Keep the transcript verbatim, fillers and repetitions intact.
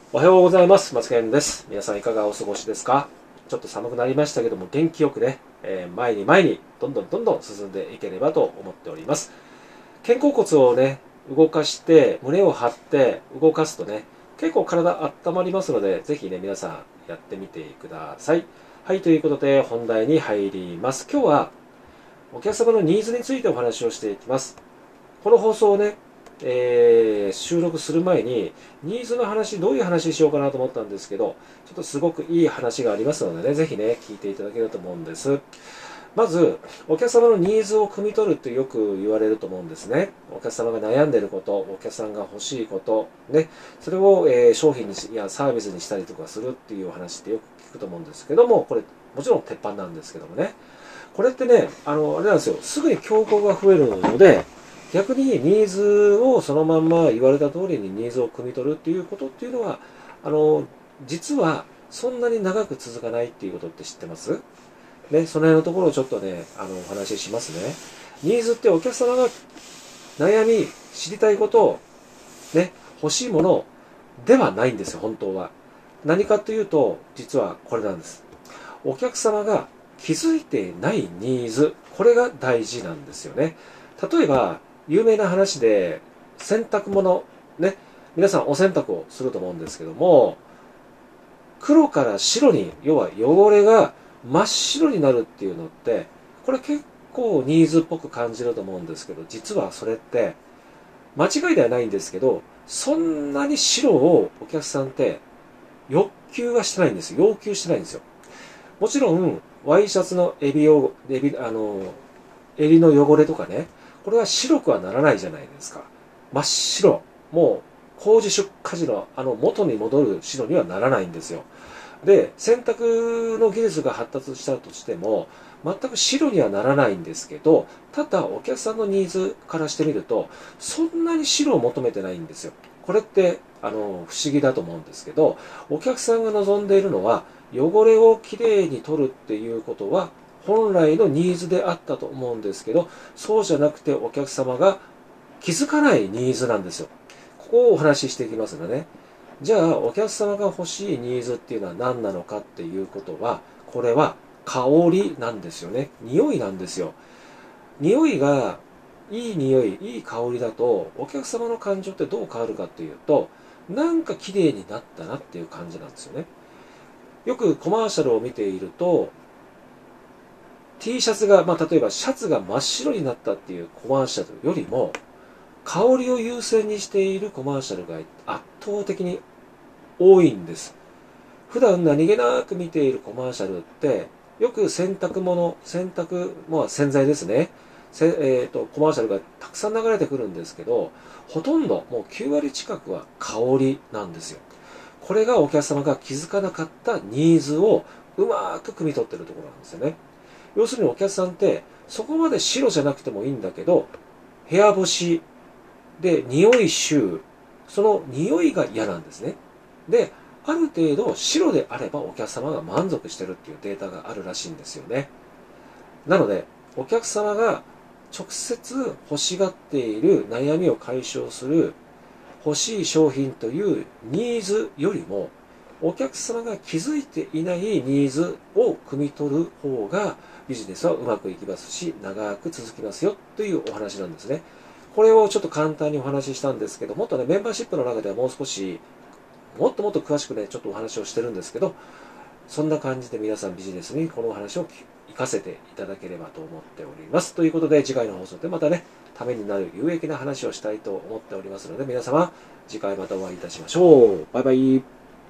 おはようございます。松健です。皆さんいかがお過ごしですか？ちょっと寒くなりましたけども、元気よくね、えー前に前にどんどんどんどん進んでいければと思っております。肩甲骨をね、動かして、胸を張って動かすとね、結構体温まりますので、ぜひね、皆さんやってみてください。はい、ということで本題に入ります。今日はお客様のニーズについてお話をしていきます。この放送をね、えー収録する前にニーズの話、どういう話しようかなと思ったんですけど、ちょっとすごくいい話がありますのでね、ぜひね、聞いていただけると思うんです。まず、お客様のニーズを汲み取るってよく言われると思うんですね。お客様が悩んでいること、お客さんが欲しいこと、ね、それを、えー商品にし、いや、サービスにしたりとかするっていうお話ってよく聞くと思うんですけども、これ、もちろん鉄板なんですけどもね。これってね、あの、あれなんですよ、すぐに競合が増えるので、逆にニーズをそのまんま言われた通りにニーズを汲み取るっていうことっていうのは、あの、実はそんなに長く続かないっていうことって知ってます？ね、その辺のところをちょっとね、あの、お話ししますね。ニーズってお客様が悩み、知りたいこと、ね、欲しいものではないんですよ、本当は。何かというと、実はこれなんです。お客様が気づいてないニーズ、これが大事なんですよね。例えば、有名な話で、洗濯物、ね、皆さんお洗濯をすると思うんですけども、黒から白に、要は汚れが真っ白になるっていうのって、これ結構ニーズっぽく感じると思うんですけど、実はそれって間違いではないんですけど、そんなに白をお客さんって欲求はしてないんですよ。要求してないんですよ。もちろん、ワイシャツの襟を、襟、あの、襟の汚れとかね、これは白くはならないじゃないですか。真っ白。もう、麹出荷時のあの元に戻る白にはならないんですよ。で、洗濯の技術が発達したとしても、全く白にはならないんですけど、ただお客さんのニーズからしてみると、そんなに白を求めてないんですよ。これって、あの、不思議だと思うんですけど、お客さんが望んでいるのは、汚れをきれいに取るっていうことは、本来のニーズであったと思うんですけど、そうじゃなくてお客様が気づかないニーズなんですよ。ここをお話ししていきますのでね。じゃあ、お客様が欲しいニーズっていうのは何なのかっていうことは、これは香りなんですよね。匂いなんですよ。匂いがいい匂い、いい香りだと、お客様の感情ってどう変わるかっていうと、なんか綺麗になったなっていう感じなんですよね。よくコマーシャルを見ていると、T シャツが、まあ、例えばシャツが真っ白になったっていうコマーシャルよりも、香りを優先にしているコマーシャルが圧倒的に多いんです。普段何気なく見ているコマーシャルって、よく洗濯物、洗濯、まあ洗剤ですね。せえーと、コマーシャルがたくさん流れてくるんですけど、ほとんど、もうきゅう割近くは香りなんですよ。これがお客様が気づかなかったニーズをうまく汲み取ってるところなんですよね。要するにお客さんって、そこまで白じゃなくてもいいんだけど、部屋干しで匂い臭、その匂いが嫌なんですね。で、ある程度白であればお客様が満足してるっていうデータがあるらしいんですよね。なので、お客様が直接欲しがっている悩みを解消する欲しい商品というニーズよりも、お客様が気づいていないニーズを汲み取る方がビジネスはうまくいきますし、長く続きますよというお話なんですね。これをちょっと簡単にお話ししたんですけど、もっとね、メンバーシップの中ではもう少し、もっともっと詳しくね、ちょっとお話をしてるんですけど、そんな感じで皆さんビジネスにこのお話を活かせていただければと思っております。ということで、次回の放送でまたね、ためになる有益な話をしたいと思っておりますので、皆様、次回またお会いいたしましょう。バイバイ。